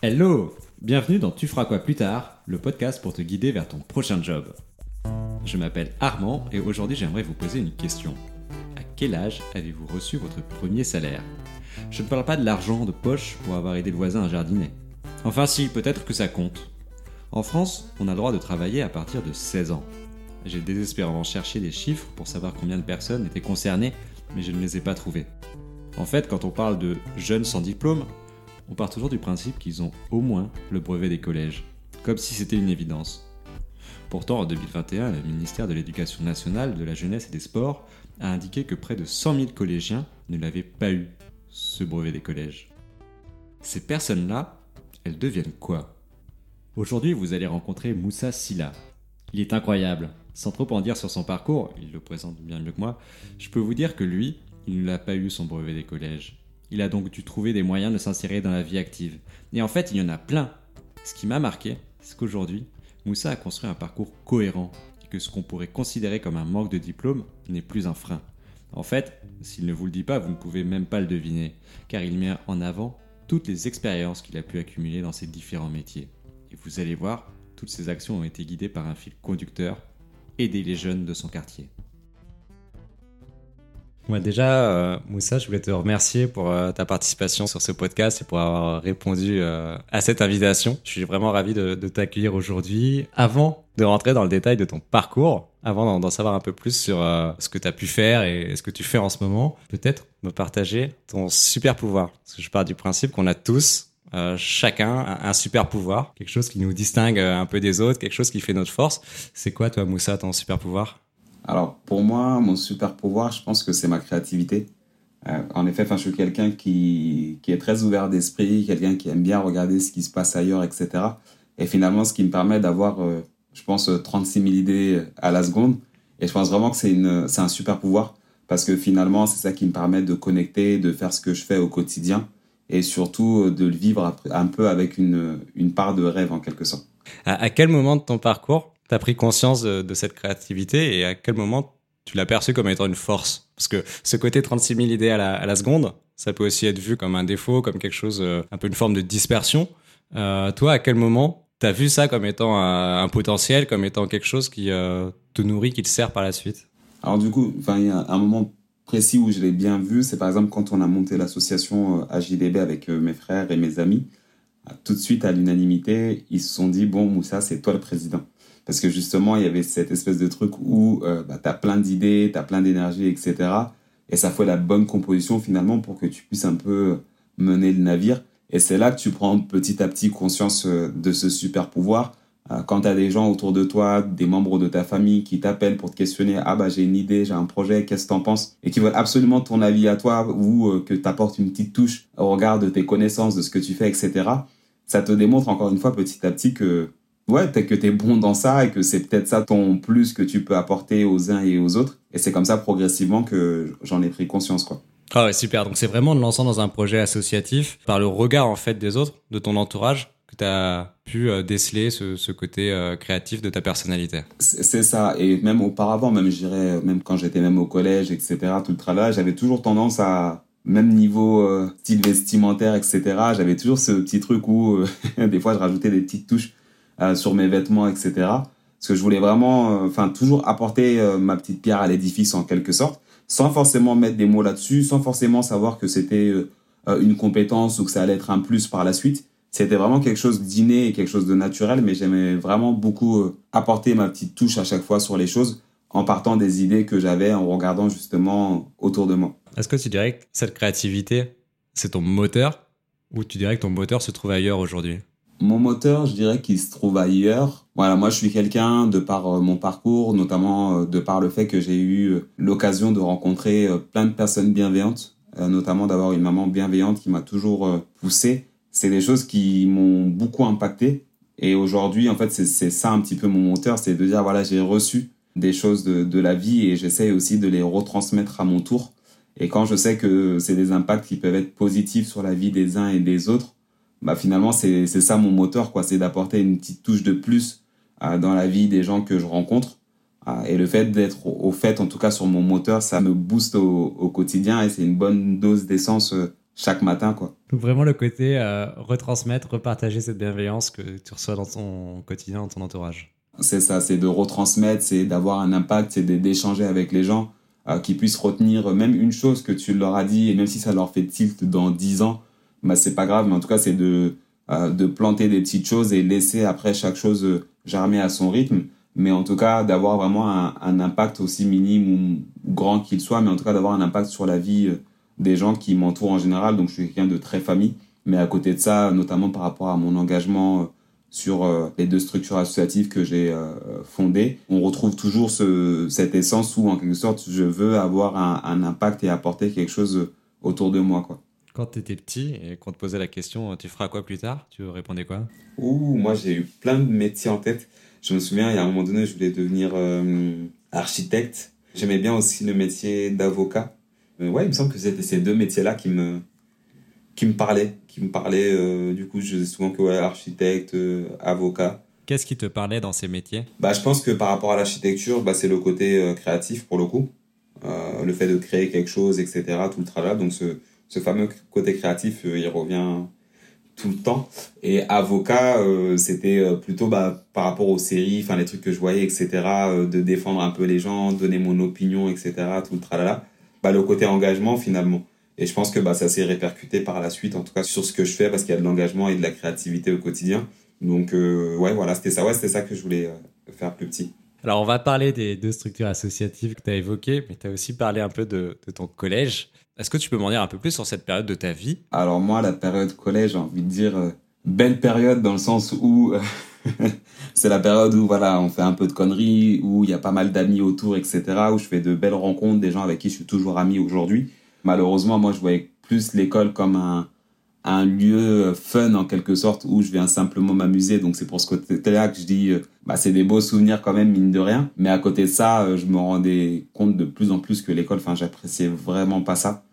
Hello, bienvenue dans Tu feras quoi plus tard, le podcast pour te guider vers ton prochain job. Je m'appelle Armand et aujourd'hui j'aimerais vous poser une question. À quel âge avez-vous reçu votre premier salaire ? Je ne parle pas de l'argent de poche pour avoir aidé le voisin à jardiner. Enfin si, peut-être que ça compte. En France, on a le droit de travailler à partir de 16 ans. J'ai désespérément cherché des chiffres pour savoir combien de personnes étaient concernées, mais je ne les ai pas trouvés. En fait, quand on parle de jeunes sans diplôme, on part toujours du principe qu'ils ont au moins le brevet des collèges, comme si c'était une évidence. Pourtant, en 2021, le ministère de l'Éducation nationale, de la jeunesse et des sports a indiqué que près de 100 000 collégiens ne l'avaient pas eu, ce brevet des collèges. Ces personnes-là, elles deviennent quoi ? Aujourd'hui, vous allez rencontrer Moussa Sylla. Il est incroyable. Sans trop en dire sur son parcours, il le présente bien mieux que moi, je peux vous dire que lui, il ne l'a pas eu son brevet des collèges. Il a donc dû trouver des moyens de s'insérer dans la vie active. Et en fait, il y en a plein. Ce qui m'a marqué, c'est qu'aujourd'hui, Moussa a construit un parcours cohérent et que ce qu'on pourrait considérer comme un manque de diplôme n'est plus un frein. En fait, s'il ne vous le dit pas, vous ne pouvez même pas le deviner, car il met en avant toutes les expériences qu'il a pu accumuler dans ses différents métiers. Et vous allez voir, toutes ces actions ont été guidées par un fil conducteur, aider les jeunes de son quartier. Moi déjà, Moussa, je voulais te remercier pour ta participation sur ce podcast et pour avoir répondu à cette invitation. Je suis vraiment ravi de t'accueillir aujourd'hui. Avant de rentrer dans le détail de ton parcours, avant d'en savoir un peu plus sur ce que tu as pu faire et ce que tu fais en ce moment, peut-être me partager ton super pouvoir. Parce que je pars du principe qu'on a tous, chacun, un super pouvoir, quelque chose qui nous distingue un peu des autres, quelque chose qui fait notre force. C'est quoi toi, Moussa, ton super pouvoir ? Alors, pour moi, mon super pouvoir, je pense que c'est ma créativité. En effet, je suis quelqu'un qui est très ouvert d'esprit, quelqu'un qui aime bien regarder ce qui se passe ailleurs, etc. Et finalement, ce qui me permet d'avoir, je pense, 36 000 idées à la seconde. Et je pense vraiment que c'est un super pouvoir parce que finalement, c'est ça qui me permet de connecter, de faire ce que je fais au quotidien et surtout de le vivre un peu avec une part de rêve en quelque sorte. À quel moment de ton parcours tu as pris conscience de cette créativité et à quel moment tu l'as perçu comme étant une force ? Parce que ce côté 36 000 idées à la seconde, ça peut aussi être vu comme un défaut, comme quelque chose, un peu une forme de dispersion. Toi, à quel moment tu as vu ça comme étant un potentiel, comme étant quelque chose qui te nourrit, qui te sert par la suite ? Alors du coup, il y a un moment précis où je l'ai bien vu, c'est par exemple quand on a monté l'association AJDB avec mes frères et mes amis. Tout de suite, à l'unanimité, ils se sont dit « Bon, Moussa, c'est toi le président ». Parce que justement, il y avait cette espèce de truc où t'as plein d'idées, t'as plein d'énergie, etc. Et ça fait la bonne composition finalement pour que tu puisses un peu mener le navire. Et c'est là que tu prends petit à petit conscience de ce super pouvoir. Quand t'as des gens autour de toi, des membres de ta famille qui t'appellent pour te questionner « Ah bah j'ai une idée, j'ai un projet, qu'est-ce que t'en penses ?» et qui veulent absolument ton avis à toi ou que t'apportes une petite touche au regard de tes connaissances, de ce que tu fais, etc. Ça te démontre encore une fois petit à petit que que t'es bon dans ça et que c'est peut-être ça ton plus que tu peux apporter aux uns et aux autres. Et c'est comme ça progressivement que j'en ai pris conscience, quoi. Ah ouais, super. Donc c'est vraiment en te lançant dans un projet associatif, par le regard en fait des autres, de ton entourage, que tu as pu déceler ce côté créatif de ta personnalité. C'est ça. Et même auparavant, même je dirais, même quand j'étais même au collège, etc., tout le tralala, j'avais toujours tendance à, même niveau style vestimentaire, etc., j'avais toujours ce petit truc où des fois je rajoutais des petites touches sur mes vêtements, etc. Parce que je voulais vraiment, toujours apporter ma petite pierre à l'édifice en quelque sorte, sans forcément mettre des mots là-dessus, sans forcément savoir que c'était une compétence ou que ça allait être un plus par la suite. C'était vraiment quelque chose d'inné et quelque chose de naturel, mais j'aimais vraiment beaucoup apporter ma petite touche à chaque fois sur les choses, en partant des idées que j'avais, en regardant justement autour de moi. Est-ce que tu dirais que cette créativité, c'est ton moteur, ou tu dirais que ton moteur se trouve ailleurs aujourd'hui ? Mon moteur, je dirais qu'il se trouve ailleurs. Voilà, moi, je suis quelqu'un, de par mon parcours, notamment de par le fait que j'ai eu l'occasion de rencontrer plein de personnes bienveillantes, notamment d'avoir une maman bienveillante qui m'a toujours poussé. C'est des choses qui m'ont beaucoup impacté. Et aujourd'hui, en fait, c'est ça un petit peu mon moteur, c'est de dire, voilà, j'ai reçu des choses de la vie et j'essaie aussi de les retransmettre à mon tour. Et quand je sais que c'est des impacts qui peuvent être positifs sur la vie des uns et des autres, finalement, c'est ça mon moteur, quoi. C'est d'apporter une petite touche de plus dans la vie des gens que je rencontre. Et le fait d'être au fait, en tout cas sur mon moteur, ça me booste au quotidien et c'est une bonne dose d'essence chaque matin, quoi. Donc vraiment le côté retransmettre, repartager cette bienveillance que tu reçois dans ton quotidien, dans ton entourage. C'est ça, c'est de retransmettre, c'est d'avoir un impact, c'est d'échanger avec les gens, qui puissent retenir même une chose que tu leur as dit, et même si ça leur fait tilt dans 10 ans, bah c'est pas grave, mais en tout cas c'est de planter des petites choses et laisser après chaque chose germer à son rythme, mais en tout cas d'avoir vraiment un impact aussi minime ou grand qu'il soit, mais en tout cas d'avoir un impact sur la vie des gens qui m'entourent en général. Donc je suis quelqu'un de très famille, mais à côté de ça, notamment par rapport à mon engagement sur les 2 structures associatives que j'ai fondées, on retrouve toujours cette essence où, en quelque sorte, je veux avoir un impact et apporter quelque chose autour de moi, quoi. Quand tu étais petit et qu'on te posait la question, tu feras quoi plus tard? Tu répondais quoi? Moi, j'ai eu plein de métiers en tête. Je me souviens, il y a un moment donné, je voulais devenir architecte. J'aimais bien aussi le métier d'avocat. Ouais, il me semble que c'était ces 2 métiers-là qui me parlaient. Du coup, je disais souvent que ouais, architecte, avocat. Qu'est-ce qui te parlait dans ces métiers? Je pense que par rapport à l'architecture, c'est le côté créatif pour le coup. Le fait de créer quelque chose, etc., tout le tralala. Donc ce fameux côté créatif, il revient tout le temps. Et avocat, c'était plutôt par rapport aux séries, enfin les trucs que je voyais, etc., de défendre un peu les gens, donner mon opinion, etc., tout le tralala. Le côté engagement finalement. Et je pense que ça s'est répercuté par la suite, en tout cas sur ce que je fais, parce qu'il y a de l'engagement et de la créativité au quotidien. Donc ouais, voilà, c'était ça que je voulais faire plus petit. Alors, on va parler des 2 structures associatives que tu as évoquées, mais tu as aussi parlé un peu de ton collège. Est-ce que tu peux m'en dire un peu plus sur cette période de ta vie? Alors moi, la période collège, j'ai envie de dire belle période dans le sens où c'est la période où voilà, on fait un peu de conneries, où il y a pas mal d'amis autour, etc., où je fais de belles rencontres, des gens avec qui je suis toujours ami aujourd'hui. Malheureusement, moi, je voyais plus l'école comme un lieu fun en quelque sorte où je viens simplement m'amuser. Donc c'est pour ce côté-là que je dis c'est des beaux souvenirs quand même, mine de rien. Mais à côté de ça, je me rendais compte de plus en plus que l'école, j'appréciais vraiment pas ça.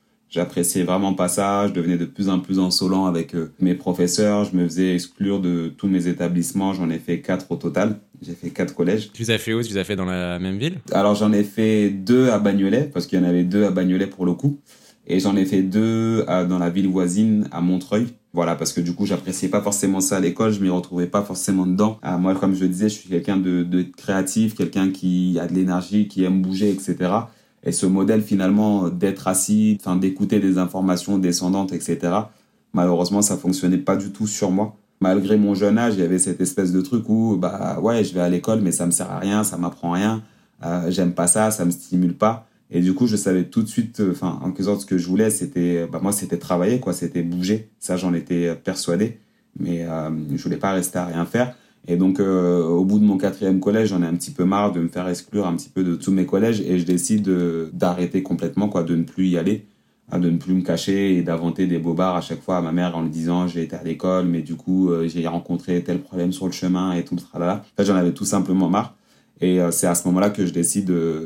Je devenais de plus en plus insolent avec mes professeurs. Je me faisais exclure de tous mes établissements. J'en ai fait 4 au total. J'ai fait 4 collèges. Tu les as fait où? Tu les as fait dans la même ville? Alors j'en ai fait 2 à Bagnolet, parce qu'il y en avait 2 à Bagnolet pour le coup. Et j'en ai fait 2 dans la ville voisine, à Montreuil. Voilà, parce que du coup, j'appréciais pas forcément ça à l'école, je m'y retrouvais pas forcément dedans. Moi, comme je le disais, je suis quelqu'un de créatif, quelqu'un qui a de l'énergie, qui aime bouger, etc. Et ce modèle, finalement, d'être assis, d'écouter des informations descendantes, etc., malheureusement, ça fonctionnait pas du tout sur moi. Malgré mon jeune âge, il y avait cette espèce de truc où, ouais, je vais à l'école, mais ça me sert à rien, ça m'apprend rien, j'aime pas ça, ça me stimule pas. Et du coup, je savais tout de suite, en quelque sorte, ce que je voulais, c'était, moi, c'était travailler, quoi, c'était bouger. Ça, j'en étais persuadé, mais je voulais pas rester à rien faire. Et donc, au bout de mon 4e collège, j'en ai un petit peu marre de me faire exclure un petit peu de tous mes collèges, et je décide d'arrêter complètement, quoi, de ne plus y aller, de ne plus me cacher et d'inventer des bobards à chaque fois à ma mère en lui disant j'ai été à l'école, mais du coup, j'ai rencontré tel problème sur le chemin et tout le tralala. En fait, j'en avais tout simplement marre. Et c'est à ce moment-là que je décide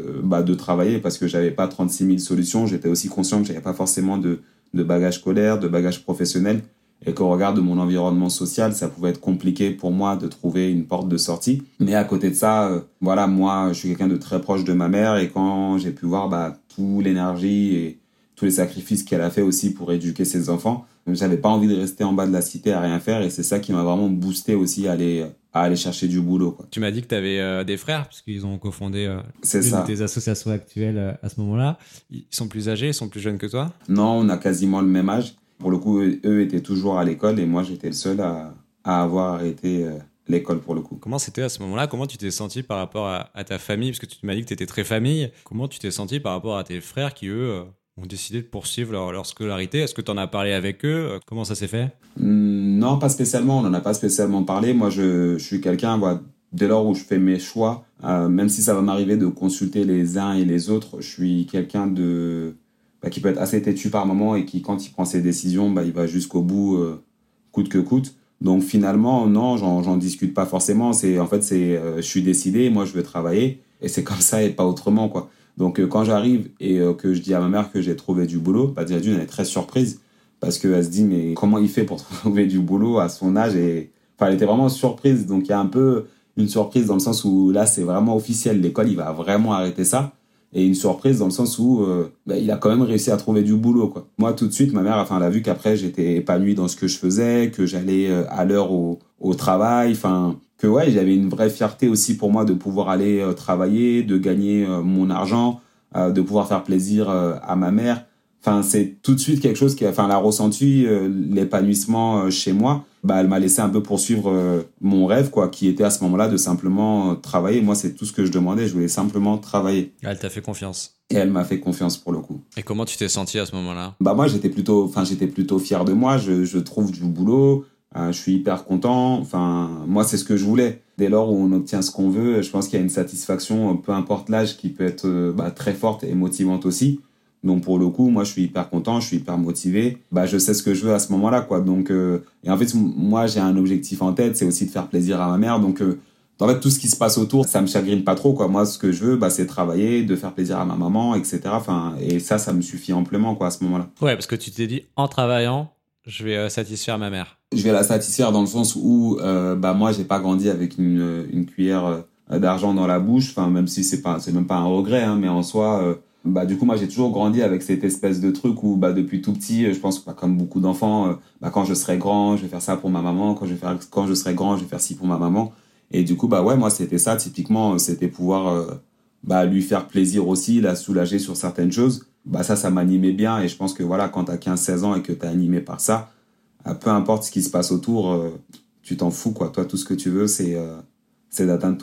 de travailler, parce que j'avais pas 36 000 solutions. J'étais aussi conscient que j'avais pas forcément de bagage scolaire, de bagage professionnel, et qu'au regard de mon environnement social, ça pouvait être compliqué pour moi de trouver une porte de sortie. Mais à côté de ça, voilà, moi, je suis quelqu'un de très proche de ma mère, et quand j'ai pu voir toute l'énergie et tous les sacrifices qu'elle a fait aussi pour éduquer ses enfants, j'avais pas envie de rester en bas de la cité à rien faire, et c'est ça qui m'a vraiment boosté aussi à aller chercher du boulot, quoi. Tu m'as dit que tu avais des frères, parce qu'ils ont cofondé une de tes associations actuelles à ce moment-là. Ils sont plus âgés, ils sont plus jeunes que toi? Non, on a quasiment le même âge. Pour le coup, eux étaient toujours à l'école, et moi, j'étais le seul à avoir arrêté l'école, pour le coup. Comment c'était à ce moment-là? Comment tu t'es senti par rapport à ta famille? Parce que tu m'as dit que tu étais très famille. Comment tu t'es senti par rapport à tes frères qui, eux, ont décidé de poursuivre leur scolarité? Est-ce que tu en as parlé avec eux? Comment ça s'est fait? Non, pas spécialement. On n'en a pas spécialement parlé. Moi, je suis quelqu'un, dès lors où je fais mes choix, même si ça va m'arriver de consulter les uns et les autres, je suis quelqu'un qui peut être assez têtu par moment, et qui, quand il prend ses décisions, il va jusqu'au bout, coûte que coûte. Donc finalement, non, j'en discute pas forcément. Je suis décidé, moi je veux travailler, et c'est comme ça et pas autrement, quoi. Donc quand j'arrive et que je dis à ma mère que j'ai trouvé du boulot, déjà d'une, elle est très surprise, parce qu'elle se dit mais comment il fait pour trouver du boulot à son âge, et elle était vraiment surprise. Donc il y a un peu une surprise dans le sens où là c'est vraiment officiel, l'école il va vraiment arrêter ça. Et une surprise dans le sens où il a quand même réussi à trouver du boulot, quoi. Moi, tout de suite, ma mère, elle a vu qu'après, j'étais épanoui dans ce que je faisais, que j'allais à l'heure au travail, que ouais, j'avais une vraie fierté aussi pour moi de pouvoir aller travailler, de gagner mon argent, de pouvoir faire plaisir à ma mère. C'est tout de suite quelque chose elle a ressenti l'épanouissement chez moi. Elle m'a laissé un peu poursuivre mon rêve, quoi, qui était à ce moment-là de simplement travailler. Moi, c'est tout ce que je demandais. Je voulais simplement travailler. Elle t'a fait confiance. Et elle m'a fait confiance pour le coup. Et comment tu t'es senti à ce moment-là? Moi, j'étais plutôt fier de moi. Je trouve du boulot. Je suis hyper content. Moi, c'est ce que je voulais. Dès lors où on obtient ce qu'on veut, je pense qu'il y a une satisfaction, peu importe l'âge, qui peut être très forte et motivante aussi. Donc pour le coup, moi je suis hyper content, je suis hyper motivé. Je sais ce que je veux à ce moment-là, quoi. Donc et en fait moi j'ai un objectif en tête, c'est aussi de faire plaisir à ma mère. Donc en fait tout ce qui se passe autour, ça me chagrine pas trop, quoi. Moi ce que je veux, c'est travailler, de faire plaisir à ma maman, etc. Et ça me suffit amplement, quoi, à ce moment-là. Ouais, parce que tu t'es dit en travaillant, je vais satisfaire ma mère. Je vais la satisfaire dans le sens où moi j'ai pas grandi avec une cuillère d'argent dans la bouche. Même si c'est même pas un regret, hein, mais en soi. Du coup, moi, j'ai toujours grandi avec cette espèce de truc où, depuis tout petit, je pense que, comme beaucoup d'enfants, quand je serai grand, je vais faire ça pour ma maman. Quand je serai grand, je vais faire ci pour ma maman. Et du coup, ouais, moi, c'était ça, typiquement, c'était pouvoir, lui faire plaisir aussi, la soulager sur certaines choses. Ça m'animait bien. Et je pense que, voilà, quand t'as 15-16 ans et que t'es animé par ça, peu importe ce qui se passe autour, tu t'en fous, quoi. Toi, tout ce que tu veux, c'est d'atteindre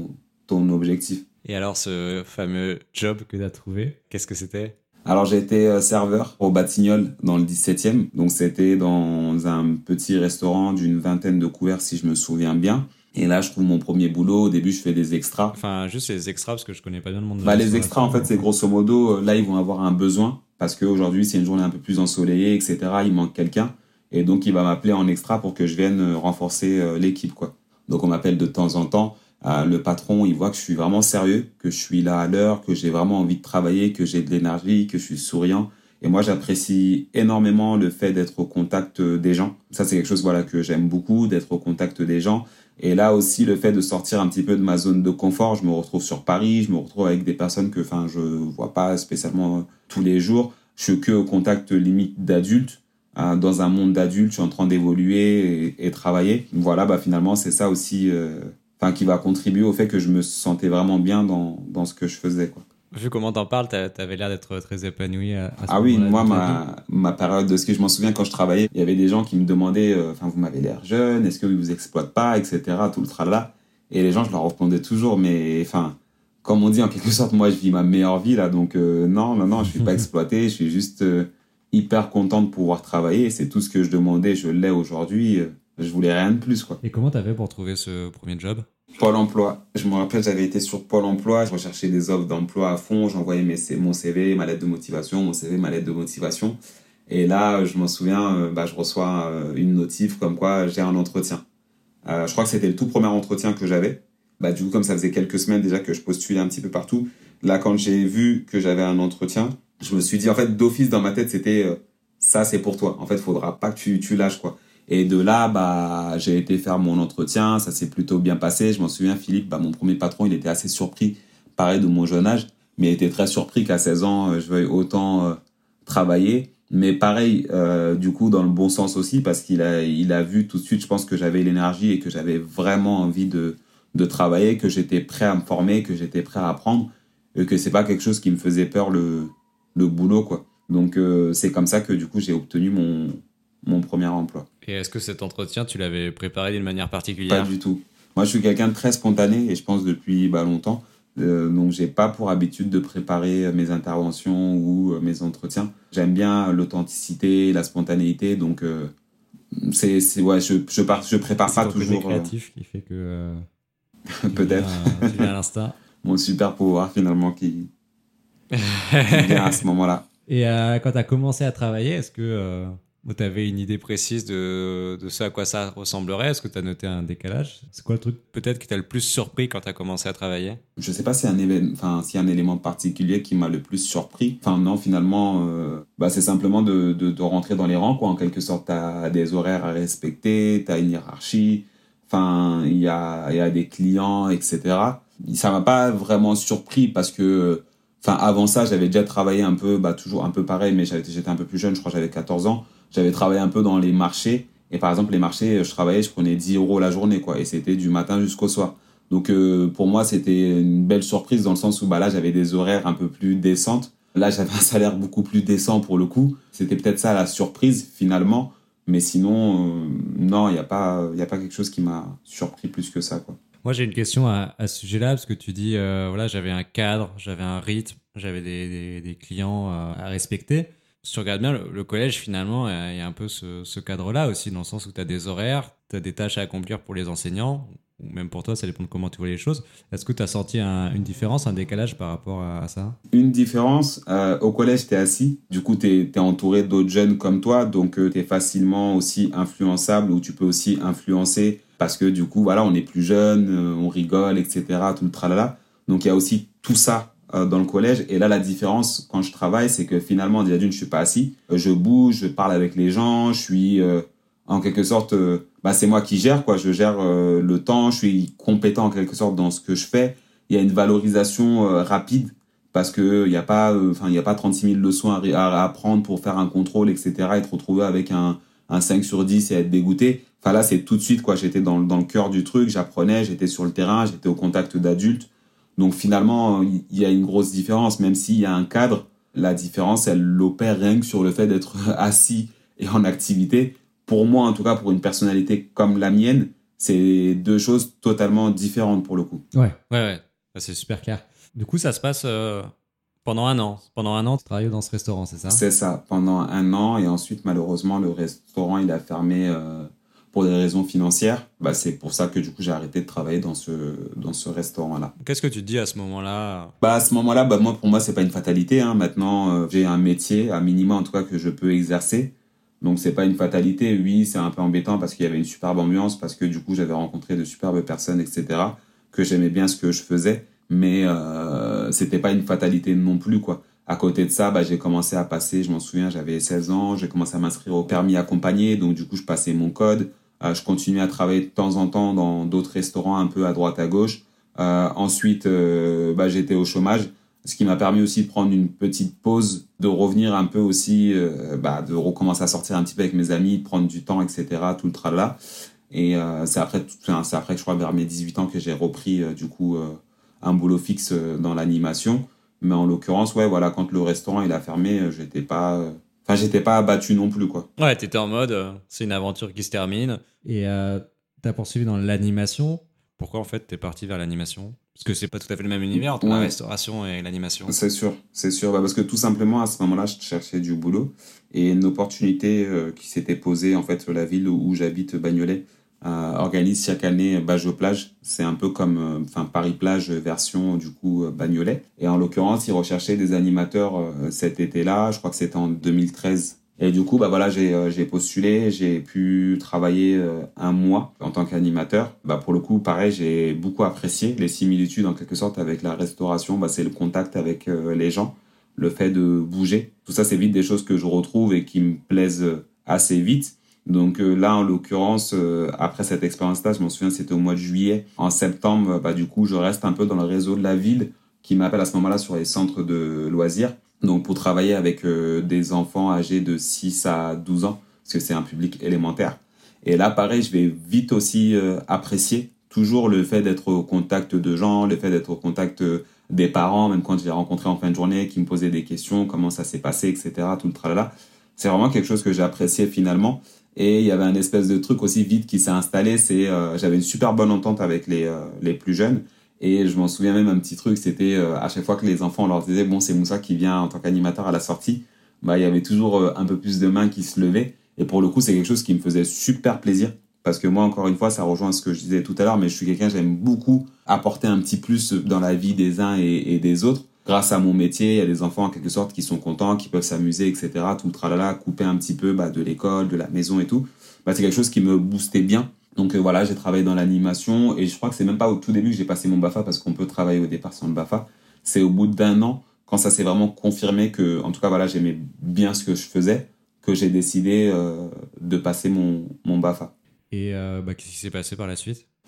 ton objectif. Et alors, ce fameux job que tu as trouvé, qu'est-ce que c'était? Alors, j'ai été serveur au Batignolles, dans le 17e. Donc, c'était dans un petit restaurant d'une 20aine de couverts, si je me souviens bien. Et là, je trouve mon premier boulot. Au début, je fais des extras. Juste les extras, parce que je connais pas bien le monde de les extras, en fait, c'est grosso modo, là, ils vont avoir un besoin. Parce qu'aujourd'hui, c'est une journée un peu plus ensoleillée, etc. Il manque quelqu'un. Et donc, il va m'appeler en extra pour que je vienne renforcer l'équipe, quoi. Donc, on m'appelle de temps en temps. Le patron, il voit que je suis vraiment sérieux, que je suis là à l'heure, que j'ai vraiment envie de travailler, que j'ai de l'énergie, que je suis souriant. Et moi, j'apprécie énormément le fait d'être au contact des gens. Ça, c'est quelque chose, voilà, que j'aime beaucoup, d'être au contact des gens. Et là aussi, le fait de sortir un petit peu de ma zone de confort. Je me retrouve sur Paris, je me retrouve avec des personnes que, je vois pas spécialement tous les jours. Je suis que au contact limite d'adultes. Dans un monde d'adultes, je suis en train d'évoluer et travailler. Voilà, finalement, c'est ça aussi... qui va contribuer au fait que je me sentais vraiment bien dans ce que je faisais, quoi. Vu comment t'en parles, t'avais l'air d'être très épanoui à ce moment-là. Ah oui, moi, ma période de ce que je m'en souviens quand je travaillais, il y avait des gens qui me demandaient, vous m'avez l'air jeune, est-ce qu'ils vous exploitent pas, etc., tout le tralala. Et les gens, je leur répondais toujours, mais, comme on dit, en quelque sorte, moi, je vis ma meilleure vie, là, donc non, je suis pas exploité, je suis juste hyper content de pouvoir travailler, c'est tout ce que je demandais, je l'ai aujourd'hui, je voulais rien de plus, quoi. Et comment t'as fait pour trouver ce premier job? Pôle emploi. Je me rappelle, j'avais été sur Pôle emploi, je recherchais des offres d'emploi à fond, j'envoyais mon CV, ma lettre de motivation, mon CV, ma lettre de motivation. Et là, je m'en souviens, je reçois une notif comme quoi j'ai un entretien. Je crois que c'était le tout premier entretien que j'avais. Du coup, comme ça faisait quelques semaines déjà que je postulais un petit peu partout, là, quand j'ai vu que j'avais un entretien, je me suis dit, en fait, d'office dans ma tête, c'était ça, c'est pour toi. En fait, faudra pas que tu lâches, quoi. Et de là, j'ai été faire mon entretien, ça s'est plutôt bien passé. Je m'en souviens, Philippe, mon premier patron, il était assez surpris, pareil, de mon jeune âge, mais il était très surpris qu'à 16 ans, je veuille autant travailler. Mais pareil, du coup, dans le bon sens aussi, parce qu'il a vu tout de suite, je pense que j'avais l'énergie et que j'avais vraiment envie de travailler, que j'étais prêt à me former, que j'étais prêt à apprendre, et que c'est pas quelque chose qui me faisait peur, le boulot, quoi. Donc, c'est comme ça que, du coup, j'ai obtenu mon premier emploi. Et est-ce que cet entretien, tu l'avais préparé d'une manière particulière? Pas du tout. Moi, je suis quelqu'un de très spontané et je pense depuis longtemps. Donc, j'ai pas pour habitude de préparer mes interventions ou mes entretiens. J'aime bien l'authenticité, la spontanéité. Donc, je prépare pas toujours. C'est créatif qui fait que peut-être. Tu viens à l'instinct. Mon super pouvoir finalement qui vient à ce moment-là. Et quand tu as commencé à travailler, est-ce que tu avais une idée précise de ce à quoi ça ressemblerait? Est-ce que tu as noté un décalage? C'est quoi le truc peut-être qui t'a le plus surpris quand tu as commencé à travailler? Je sais pas s'il y a un élément particulier qui m'a le plus surpris. Non, finalement, c'est simplement de rentrer dans les rangs, quoi. En quelque sorte, tu as des horaires à respecter, tu as une hiérarchie, il y a des clients, etc. Ça m'a pas vraiment surpris parce que Enfin, avant ça, j'avais déjà travaillé un peu, toujours un peu pareil, mais j'étais un peu plus jeune, je crois que j'avais 14 ans. J'avais travaillé un peu dans les marchés. Et par exemple, les marchés, je travaillais, je prenais 10 euros la journée, quoi. Et c'était du matin jusqu'au soir. Donc, pour moi, c'était une belle surprise dans le sens où, là, j'avais des horaires un peu plus décentes. Là, j'avais un salaire beaucoup plus décent pour le coup. C'était peut-être ça la surprise, finalement. Mais sinon, non, il y a pas quelque chose qui m'a surpris plus que ça, quoi. Moi, j'ai une question à ce sujet-là, parce que tu dis, voilà, j'avais un cadre, j'avais un rythme, j'avais des clients à respecter. Si tu regardes bien, le collège, finalement, il y a un peu ce cadre-là aussi, dans le sens où tu as des horaires, tu as des tâches à accomplir pour les enseignants, ou même pour toi, ça dépend de comment tu vois les choses. Est-ce que tu as senti une différence, un décalage par rapport à ça? Une différence, au collège, t'es assis. Du coup, t'es entouré d'autres jeunes comme toi. Donc, t'es facilement aussi influençable ou tu peux aussi influencer parce que du coup, voilà, on est plus jeune, on rigole, etc. Tout le tralala. Donc, il y a aussi tout ça dans le collège. Et là, la différence quand je travaille, c'est que finalement, déjà d'une, je suis pas assis. Je bouge, je parle avec les gens, je suis en quelque sorte, c'est moi qui gère, quoi. Je gère le temps, je suis compétent en quelque sorte dans ce que je fais. Il y a une valorisation rapide parce que il y a pas 36 000 leçons à apprendre pour faire un contrôle, etc. et te retrouver avec un 5 sur 10 et être dégoûté. Enfin là, c'est tout de suite, quoi. J'étais dans le cœur du truc, j'apprenais, j'étais sur le terrain, j'étais au contact d'adultes. Donc finalement, il y a une grosse différence, même s'il y a un cadre. La différence, elle opère rien que sur le fait d'être assis et en activité. Pour moi, en tout cas, pour une personnalité comme la mienne, c'est deux choses totalement différentes pour le coup. Ouais. C'est super clair. Du coup, ça se passe pendant un an. Pendant un an, tu travailles dans ce restaurant, c'est ça? C'est ça, pendant un an. Et ensuite, malheureusement, le restaurant, il a fermé pour des raisons financières. C'est pour ça que du coup, j'ai arrêté de travailler dans ce restaurant-là. Qu'est-ce que tu te dis à ce moment-là? À ce moment-là, pour moi, c'est pas une fatalité, hein. Maintenant, j'ai un métier, à minima en tout cas, que je peux exercer. Donc, c'est pas une fatalité. Oui, c'est un peu embêtant parce qu'il y avait une superbe ambiance, parce que du coup, j'avais rencontré de superbes personnes, etc., que j'aimais bien ce que je faisais. Mais c'était pas une fatalité non plus, quoi. À côté de ça, j'ai commencé à passer, je m'en souviens, j'avais 16 ans, j'ai commencé à m'inscrire au permis accompagné, donc du coup, je passais mon code. Je continuais à travailler de temps en temps dans d'autres restaurants un peu à droite à gauche. Ensuite, j'étais au chômage, ce qui m'a permis aussi de prendre une petite pause, de revenir un peu aussi, de recommencer à sortir un petit peu avec mes amis, de prendre du temps, etc., tout le tralala. Et c'est après que je crois vers mes 18 ans que j'ai repris un boulot fixe dans l'animation. Mais en l'occurrence, ouais, voilà, quand le restaurant il a fermé, j'étais pas abattu non plus, quoi. Ouais, t'étais en mode, c'est une aventure qui se termine. Et t'as poursuivi dans l'animation. Pourquoi en fait t'es parti vers l'animation? Parce que c'est pas tout à fait le même univers entre la restauration et l'animation. C'est sûr. Parce que tout simplement, à ce moment-là, je cherchais du boulot. Et une opportunité qui s'était posée, en fait, sur la ville où j'habite, Bagnolet, organise chaque année Bajo-Plage. C'est un peu comme Paris-Plage version, du coup, Bagnolet. Et en l'occurrence, ils recherchaient des animateurs cet été-là. Je crois que c'était en 2013. Et du coup, j'ai postulé, j'ai pu travailler un mois en tant qu'animateur. Pour le coup, pareil, j'ai beaucoup apprécié les similitudes en quelque sorte avec la restauration. C'est le contact avec les gens, le fait de bouger. Tout ça, c'est vite des choses que je retrouve et qui me plaisent assez vite. Donc là, en l'occurrence, après cette expérience-là, je m'en souviens, c'était au mois de juillet. En septembre, du coup, je reste un peu dans le réseau de la ville qui m'appelle à ce moment-là sur les centres de loisirs. Donc pour travailler avec des enfants âgés de 6 à 12 ans, parce que c'est un public élémentaire. Et là, pareil, je vais vite aussi apprécier toujours le fait d'être au contact de gens, le fait d'être au contact des parents, même quand je les rencontrais en fin de journée, qui me posaient des questions, comment ça s'est passé, etc., tout le tralala. C'est vraiment quelque chose que j'ai apprécié finalement. Et il y avait un espèce de truc aussi vite qui s'est installé, j'avais une super bonne entente avec les plus jeunes. Et je m'en souviens même un petit truc, c'était à chaque fois que les enfants, on leur disait bon, c'est Moussa qui vient en tant qu'animateur à la sortie, il y avait toujours un peu plus de mains qui se levaient. Et pour le coup, c'est quelque chose qui me faisait super plaisir. Parce que moi, encore une fois, ça rejoint ce que je disais tout à l'heure, mais je suis quelqu'un, j'aime beaucoup apporter un petit plus dans la vie des uns et des autres. Grâce à mon métier, il y a des enfants en quelque sorte qui sont contents, qui peuvent s'amuser, etc. Tout le tralala, couper un petit peu de l'école, de la maison et tout. C'est quelque chose qui me boostait bien. Donc voilà, j'ai travaillé dans l'animation et je crois que c'est même pas au tout début que j'ai passé mon BAFA parce qu'on peut travailler au départ sans le BAFA. C'est au bout d'un an, quand ça s'est vraiment confirmé que, en tout cas voilà, j'aimais bien ce que je faisais, que j'ai décidé de passer mon BAFA. Et qu'est-ce qui s'est passé par la suite?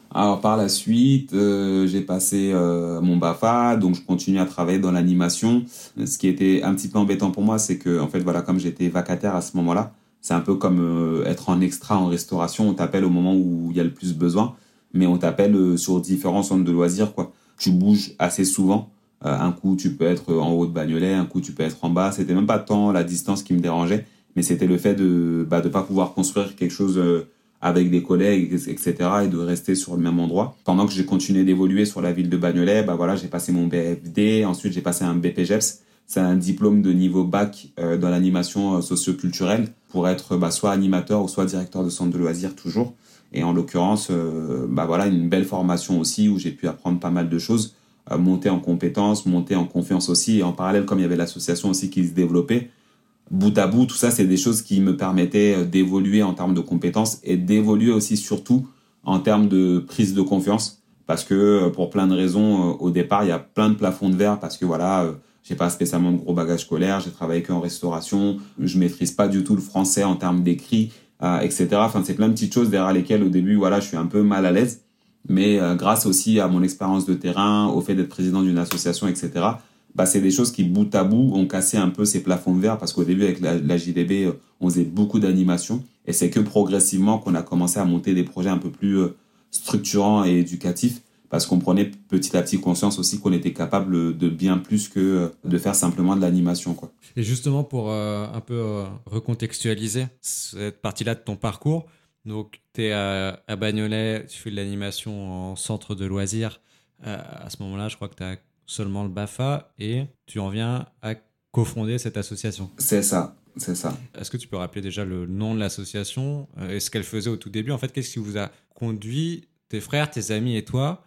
Alors par la suite, j'ai passé mon BAFA, donc je continue à travailler dans l'animation. Ce qui était un petit peu embêtant pour moi, c'est que en fait voilà, comme j'étais vacataire à ce moment-là, c'est un peu comme être en extra en restauration. On t'appelle au moment où il y a le plus besoin, mais on t'appelle sur différents centres de loisirs quoi. Tu bouges assez souvent. Un coup tu peux être en haut de Bagnolet, un coup tu peux être en bas. C'était même pas tant la distance qui me dérangeait, mais c'était le fait de pas pouvoir construire quelque chose. Avec des collègues, etc., et de rester sur le même endroit. Pendant que j'ai continué d'évoluer sur la ville de Bagnolet, bah voilà, j'ai passé mon BFD, ensuite j'ai passé un BPGEPS. C'est un diplôme de niveau bac dans l'animation socio-culturelle pour être soit animateur ou soit directeur de centre de loisirs toujours. Et en l'occurrence, bah voilà, une belle formation aussi où j'ai pu apprendre pas mal de choses, monter en compétences, monter en confiance aussi. Et en parallèle, comme il y avait l'association aussi qui se développait, bout à bout, tout ça, c'est des choses qui me permettaient d'évoluer en termes de compétences et d'évoluer aussi surtout en termes de prise de confiance. Parce que pour plein de raisons, au départ, il y a plein de plafonds de verre parce que voilà, j'ai pas spécialement de gros bagages scolaires, j'ai travaillé qu'en restauration, je maîtrise pas du tout le français en termes d'écrit, etc. Enfin, c'est plein de petites choses derrière lesquelles au début, voilà, je suis un peu mal à l'aise. Mais grâce aussi à mon expérience de terrain, au fait d'être président d'une association, etc., bah, c'est des choses qui, bout à bout, ont cassé un peu ces plafonds de verre parce qu'au début, avec la JDB, on faisait beaucoup d'animation et c'est que progressivement qu'on a commencé à monter des projets un peu plus structurants et éducatifs parce qu'on prenait petit à petit conscience aussi qu'on était capable de bien plus que de faire simplement de l'animation, quoi. Et justement, pour un peu recontextualiser cette partie-là de ton parcours, donc tu es à Bagnolet, tu fais de l'animation en centre de loisirs. À ce moment-là, je crois que tu as seulement le BAFA et tu en viens à cofonder cette association. C'est ça, c'est ça. Est-ce que tu peux rappeler déjà le nom de l'association et ce qu'elle faisait au tout début? En fait, qu'est-ce qui vous a conduit, tes frères, tes amis et toi,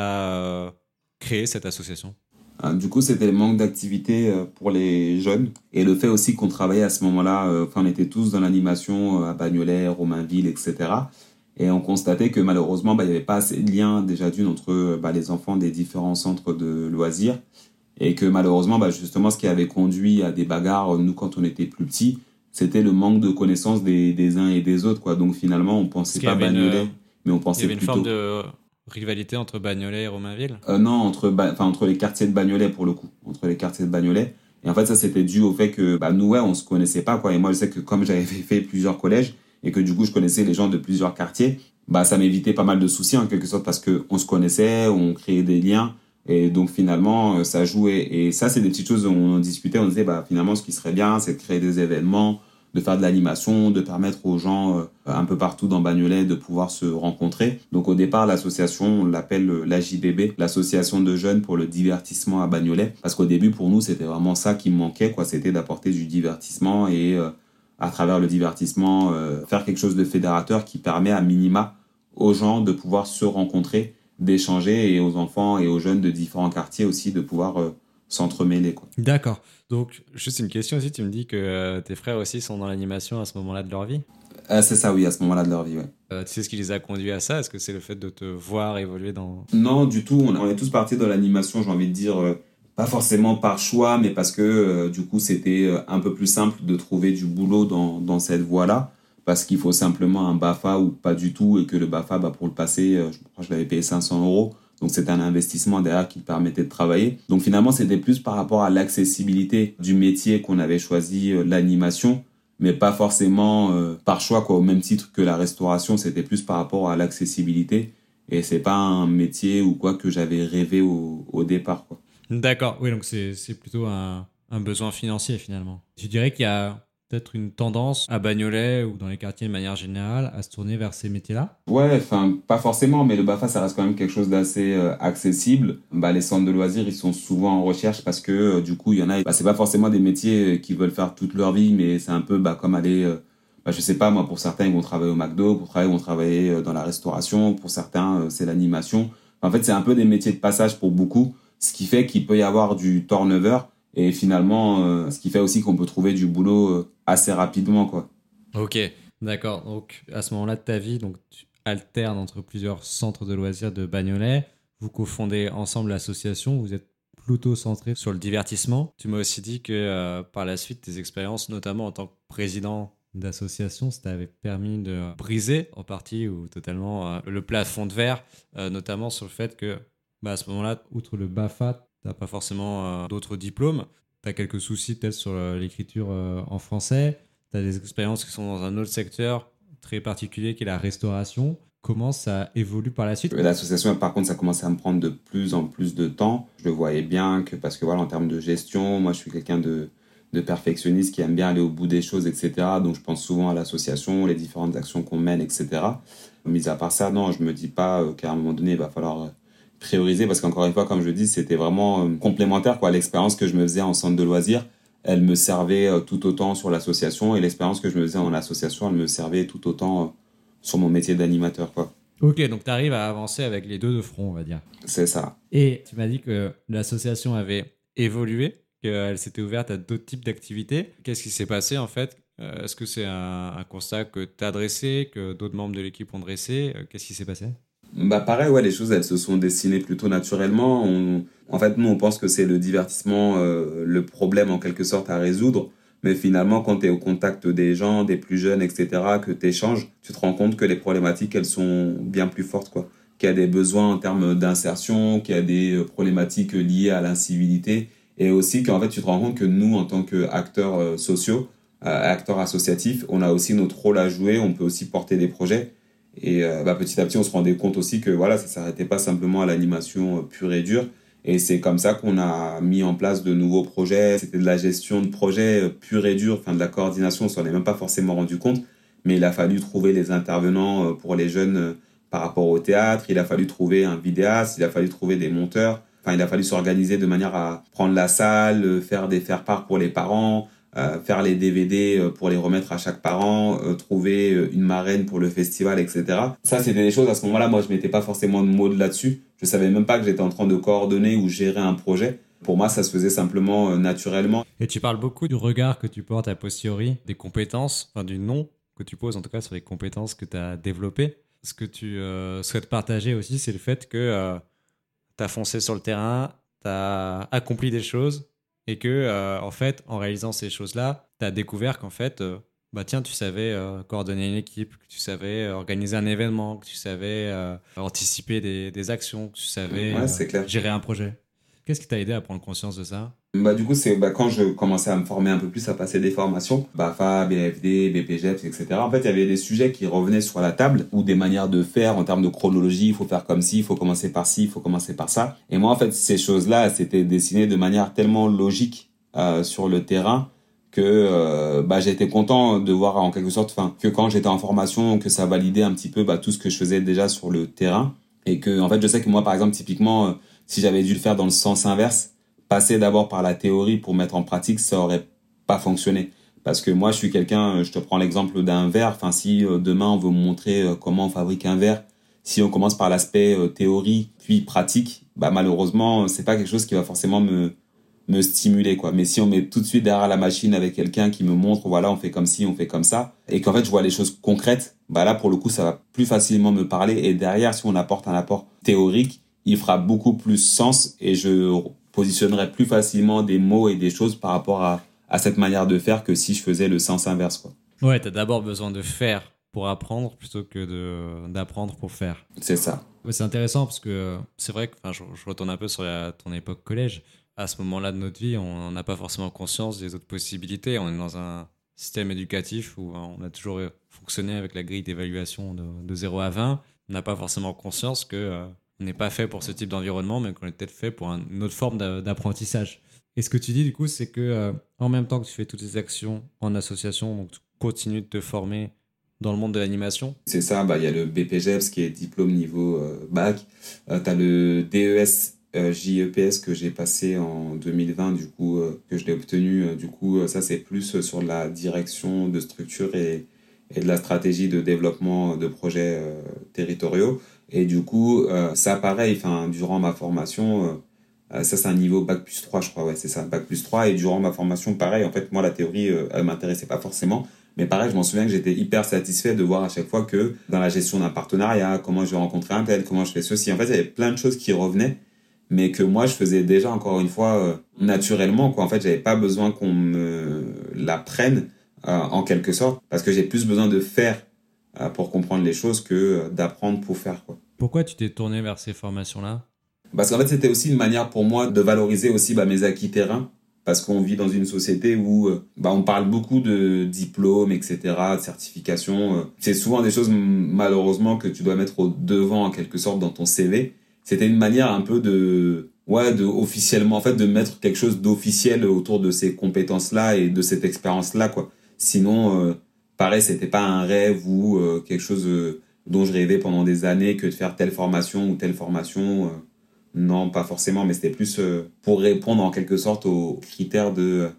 à créer cette association? Du coup, c'était le manque d'activité pour les jeunes et le fait aussi qu'on travaillait à ce moment-là, enfin, on était tous dans l'animation à Bagnolet, Romainville, etc. Et on constatait que malheureusement, bah, il n'y avait pas assez de lien déjà d'une entre les enfants des différents centres de loisirs et que malheureusement, bah, justement, ce qui avait conduit à des bagarres, nous, quand on était plus petits, c'était le manque de connaissance des uns et des autres, quoi. Donc finalement, on pensait pas Bagnolet, mais on il y pensait avait une forme plutôt... de rivalité entre Bagnolet et Romainville? Non, entre les quartiers de Bagnolet pour le coup, entre les quartiers de Bagnolet. Et en fait, ça c'était dû au fait que bah, nous, ouais, on se connaissait pas, quoi. Et moi, je sais que comme j'avais fait plusieurs collèges et que du coup, je connaissais les gens de plusieurs quartiers, bah, ça m'évitait pas mal de soucis en quelque sorte parce que on se connaissait, on créait des liens. Et donc finalement, ça jouait. Et ça, c'est des petites choses où on en discutait. On disait, bah, finalement, ce qui serait bien, c'est de créer des événements, de faire de l'animation, de permettre aux gens un peu partout dans Bagnolet de pouvoir se rencontrer. Donc au départ, l'association, on l'appelle l'AJBB, l'association de jeunes pour le divertissement à Bagnolet, parce qu'au début, pour nous, c'était vraiment ça qui manquait, quoi. C'était d'apporter du divertissement et à travers le divertissement, faire quelque chose de fédérateur qui permet à minima aux gens de pouvoir se rencontrer, d'échanger et aux enfants et aux jeunes de différents quartiers aussi de pouvoir s'entremêler, quoi. D'accord. Donc, juste une question aussi, tu me dis que tes frères aussi sont dans l'animation à ce moment-là de leur vie. C'est ça, oui, à ce moment-là de leur vie, ouais. Tu sais ce qui les a conduits à ça? Est-ce que c'est le fait de te voir évoluer dans... Non, du tout. On est tous partis dans l'animation, j'ai envie de dire, pas forcément par choix, mais parce que du coup, c'était un peu plus simple de trouver du boulot dans cette voie-là. Parce qu'il faut simplement un BAFA ou pas du tout, et que le BAFA, bah, pour le passer, je crois que je l'avais payé 500 euros. Donc c'était un investissement derrière qui permettait de travailler. Donc finalement, c'était plus par rapport à l'accessibilité du métier qu'on avait choisi l'animation, mais pas forcément par choix, quoi. Au même titre que la restauration, c'était plus par rapport à l'accessibilité. Et c'est pas un métier ou quoi que j'avais rêvé au départ, quoi. D'accord, oui, donc c'est plutôt un besoin financier finalement. Je dirais qu'il y a peut-être une tendance à Bagnolet ou dans les quartiers de manière générale à se tourner vers ces métiers-là. Ouais, enfin, pas forcément, mais le BAFA, ça reste quand même quelque chose d'assez accessible. Bah, les centres de loisirs, ils sont souvent en recherche parce que, du coup, il y en a, bah, c'est pas forcément des métiers qu'ils veulent faire toute leur vie, mais c'est un peu, bah, comme aller, bah, je sais pas, moi, pour certains, ils vont travailler au McDo, pour travailler, ils vont travailler dans la restauration, pour certains, c'est l'animation. En fait, c'est un peu des métiers de passage pour beaucoup, ce qui fait qu'il peut y avoir du turnover et finalement, ce qui fait aussi qu'on peut trouver du boulot assez rapidement, quoi. Ok, d'accord. Donc à ce moment-là de ta vie, donc tu alternes entre plusieurs centres de loisirs de Bagnolet. Vous cofondez ensemble l'association. Vous êtes plutôt centré sur le divertissement. Tu m'as aussi dit que par la suite, tes expériences, notamment en tant que président d'association, ça t'avait permis de briser en partie ou totalement le plafond de verre, notamment sur le fait que à ce moment-là, outre le BAFA, tu n'as pas forcément d'autres diplômes. Tu as quelques soucis peut-être sur l'écriture en français. Tu as des expériences qui sont dans un autre secteur très particulier qui est la restauration. Comment ça évolue par la suite? L'association, par contre, ça commençait à me prendre de plus en plus de temps. Je le voyais bien parce que voilà, en termes de gestion, moi, je suis quelqu'un de perfectionniste qui aime bien aller au bout des choses, etc. Donc, je pense souvent à l'association, les différentes actions qu'on mène, etc. Mis à part ça, non, je me dis pas qu'à un moment donné, il va falloir prioriser parce qu'encore une fois, comme je dis, c'était vraiment complémentaire, quoi. L'expérience que je me faisais en centre de loisirs, elle me servait tout autant sur l'association et l'expérience que je me faisais en association, elle me servait tout autant sur mon métier d'animateur, quoi. Ok, donc tu arrives à avancer avec les deux de front, on va dire. C'est ça. Et tu m'as dit que l'association avait évolué, qu'elle s'était ouverte à d'autres types d'activités. Qu'est-ce qui s'est passé en fait? Est-ce que c'est un constat que tu as dressé, que d'autres membres de l'équipe ont dressé? Qu'est-ce qui s'est passé? Bah pareil, ouais, les choses elles se sont dessinées plutôt naturellement. En fait, nous on pense que c'est le divertissement le problème en quelque sorte à résoudre. Mais finalement, quand tu es au contact des gens, des plus jeunes, etc., que tu échanges, tu te rends compte que les problématiques, elles sont bien plus fortes, quoi. Qu'il y a des besoins en termes d'insertion, qu'il y a des problématiques liées à l'incivilité. Et aussi qu'en fait, tu te rends compte que nous, en tant qu'acteurs sociaux, acteurs associatifs, on a aussi notre rôle à jouer, on peut aussi porter des projets. Et petit à petit, on se rendait compte aussi que voilà, ça ne s'arrêtait pas simplement à l'animation pure et dure. Et c'est comme ça qu'on a mis en place de nouveaux projets. C'était de la gestion de projets pure et dure, enfin de la coordination, on s'en est même pas forcément rendu compte. Mais il a fallu trouver les intervenants pour les jeunes par rapport au théâtre. Il a fallu trouver un vidéaste, il a fallu trouver des monteurs. Enfin, il a fallu s'organiser de manière à prendre la salle, faire des faire-part pour les parents, faire les DVD pour les remettre à chaque parent, trouver une marraine pour le festival, etc. Ça, c'était des choses, à ce moment-là, moi, je mettais pas forcément de mots là-dessus. Je savais même pas que j'étais en train de coordonner ou gérer un projet. Pour moi, ça se faisait simplement naturellement. Et tu parles beaucoup du regard que tu portes a posteriori, des compétences, enfin du nom que tu poses en tout cas sur les compétences que tu as développées. Ce que tu souhaites partager aussi, c'est le fait que tu as foncé sur le terrain, tu as accompli des choses et que, en fait, en réalisant ces choses-là, tu as découvert qu'en fait, tiens, tu savais coordonner une équipe, que tu savais organiser un événement, que tu savais anticiper des actions, que tu savais c'est clair. gérer un projet. Qu'est-ce qui t'a aidé à prendre conscience de ça? Du coup, c'est quand je commençais à me former un peu plus, à passer des formations, BAFA, BFD, BPGEPS, etc. En fait, il y avait des sujets qui revenaient sur la table, ou des manières de faire en termes de chronologie, il faut faire comme ci, il faut commencer par ci, il faut commencer par ça. Et moi, en fait, ces choses-là, c'était dessiné de manière tellement logique sur le terrain que j'étais content de voir en quelque sorte, que quand j'étais en formation, que ça validait un petit peu tout ce que je faisais déjà sur le terrain. Et que, en fait, je sais que moi, par exemple, typiquement, si j'avais dû le faire dans le sens inverse, passer d'abord par la théorie pour mettre en pratique, ça aurait pas fonctionné. Parce que moi, je suis quelqu'un, je te prends l'exemple d'un verre. Enfin, si demain on veut me montrer comment on fabrique un verre, si on commence par l'aspect théorie puis pratique, malheureusement, c'est pas quelque chose qui va forcément me stimuler, quoi. Mais si on met tout de suite derrière la machine avec quelqu'un qui me montre, voilà, on fait comme ci, on fait comme ça, et qu'en fait je vois les choses concrètes, là pour le coup, ça va plus facilement me parler. Et derrière, si on apporte un apport théorique, il fera beaucoup plus sens et je positionnerai plus facilement des mots et des choses par rapport à cette manière de faire que si je faisais le sens inverse, quoi. Ouais, t'as d'abord besoin de faire pour apprendre plutôt que d'apprendre pour faire. C'est ça. Ouais, c'est intéressant parce que c'est vrai que je retourne un peu sur ton époque collège. À ce moment-là de notre vie, on n'a pas forcément conscience des autres possibilités. On est dans un système éducatif où on a toujours fonctionné avec la grille d'évaluation de 0 à 20. On n'a pas forcément conscience que on n'est pas fait pour ce type d'environnement, mais qu'on est peut-être fait pour une autre forme d'apprentissage. Et ce que tu dis, du coup, c'est que en même temps que tu fais toutes ces actions en association, donc tu continues de te former dans le monde de l'animation. C'est ça, il y a le BPGEPS qui est diplôme niveau bac. Tu as le DES JEPS que j'ai passé en 2020, du coup, que je l'ai obtenu. Du coup, ça, c'est plus sur la direction de structure et de la stratégie de développement de projets territoriaux. Et du coup, ça, pareil, durant ma formation, ça, c'est un niveau bac plus 3, je crois. Ouais, c'est ça, bac plus 3. Et durant ma formation, pareil, en fait, moi, la théorie, elle m'intéressait pas forcément. Mais pareil, je m'en souviens que j'étais hyper satisfait de voir à chaque fois que dans la gestion d'un partenariat, comment je vais rencontrer un tel, comment je fais ceci. En fait, il y avait plein de choses qui revenaient, mais que moi, je faisais déjà, encore une fois, naturellement, quoi. En fait, j'avais pas besoin qu'on me l'apprenne. en quelque sorte, parce que j'ai plus besoin de faire pour comprendre les choses que d'apprendre pour faire, quoi. Pourquoi tu t'es tourné vers ces formations-là? Parce qu'en fait, c'était aussi une manière pour moi de valoriser aussi mes acquis terrain. Parce qu'on vit dans une société où on parle beaucoup de diplômes, etc., de certifications. C'est souvent des choses, malheureusement, que tu dois mettre au devant, en quelque sorte, dans ton CV. C'était une manière un peu de officiellement, en fait, de mettre quelque chose d'officiel autour de ces compétences-là et de cette expérience-là, quoi. Sinon, pareil, c'était pas un rêve ou quelque chose dont je rêvais pendant des années que de faire telle formation ou telle formation. Non, pas forcément, mais c'était plus pour répondre en quelque sorte aux critères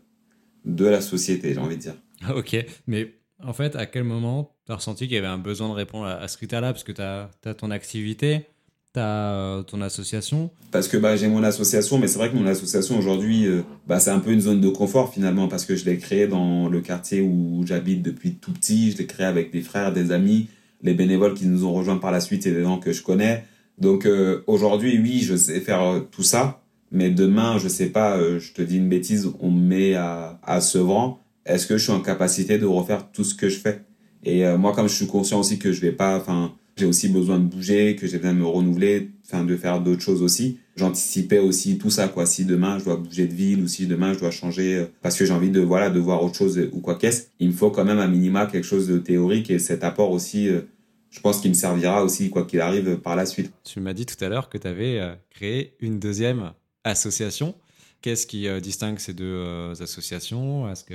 de la société, j'ai envie de dire. Ok, mais en fait, à quel moment tu as ressenti qu'il y avait un besoin de répondre à ce critère-là? Parce que tu as ton activité, tu as ton association. Parce que j'ai mon association, mais c'est vrai que mon association aujourd'hui, c'est un peu une zone de confort finalement, parce que je l'ai créée dans le quartier où j'habite depuis tout petit. Je l'ai créée avec des frères, des amis, les bénévoles qui nous ont rejoints par la suite, c'est des gens que je connais. Donc aujourd'hui, oui, je sais faire tout ça, mais demain, je sais pas, je te dis une bêtise, on me met à Sevran. Est-ce que je suis en capacité de refaire tout ce que je fais? Et moi, comme je suis conscient aussi que je vais pas, j'ai aussi besoin de bouger, que j'ai besoin de me renouveler, de faire d'autres choses aussi. J'anticipais aussi tout ça, quoi. Si demain je dois bouger de ville ou si demain je dois changer parce que j'ai envie de voir autre chose ou quoi qu'est-ce, il me faut quand même à minima quelque chose de théorique et cet apport aussi, je pense qu'il me servira aussi quoi qu'il arrive par la suite. Tu m'as dit tout à l'heure que tu avais créé une deuxième association. Qu'est-ce qui distingue ces deux associations? Est-ce que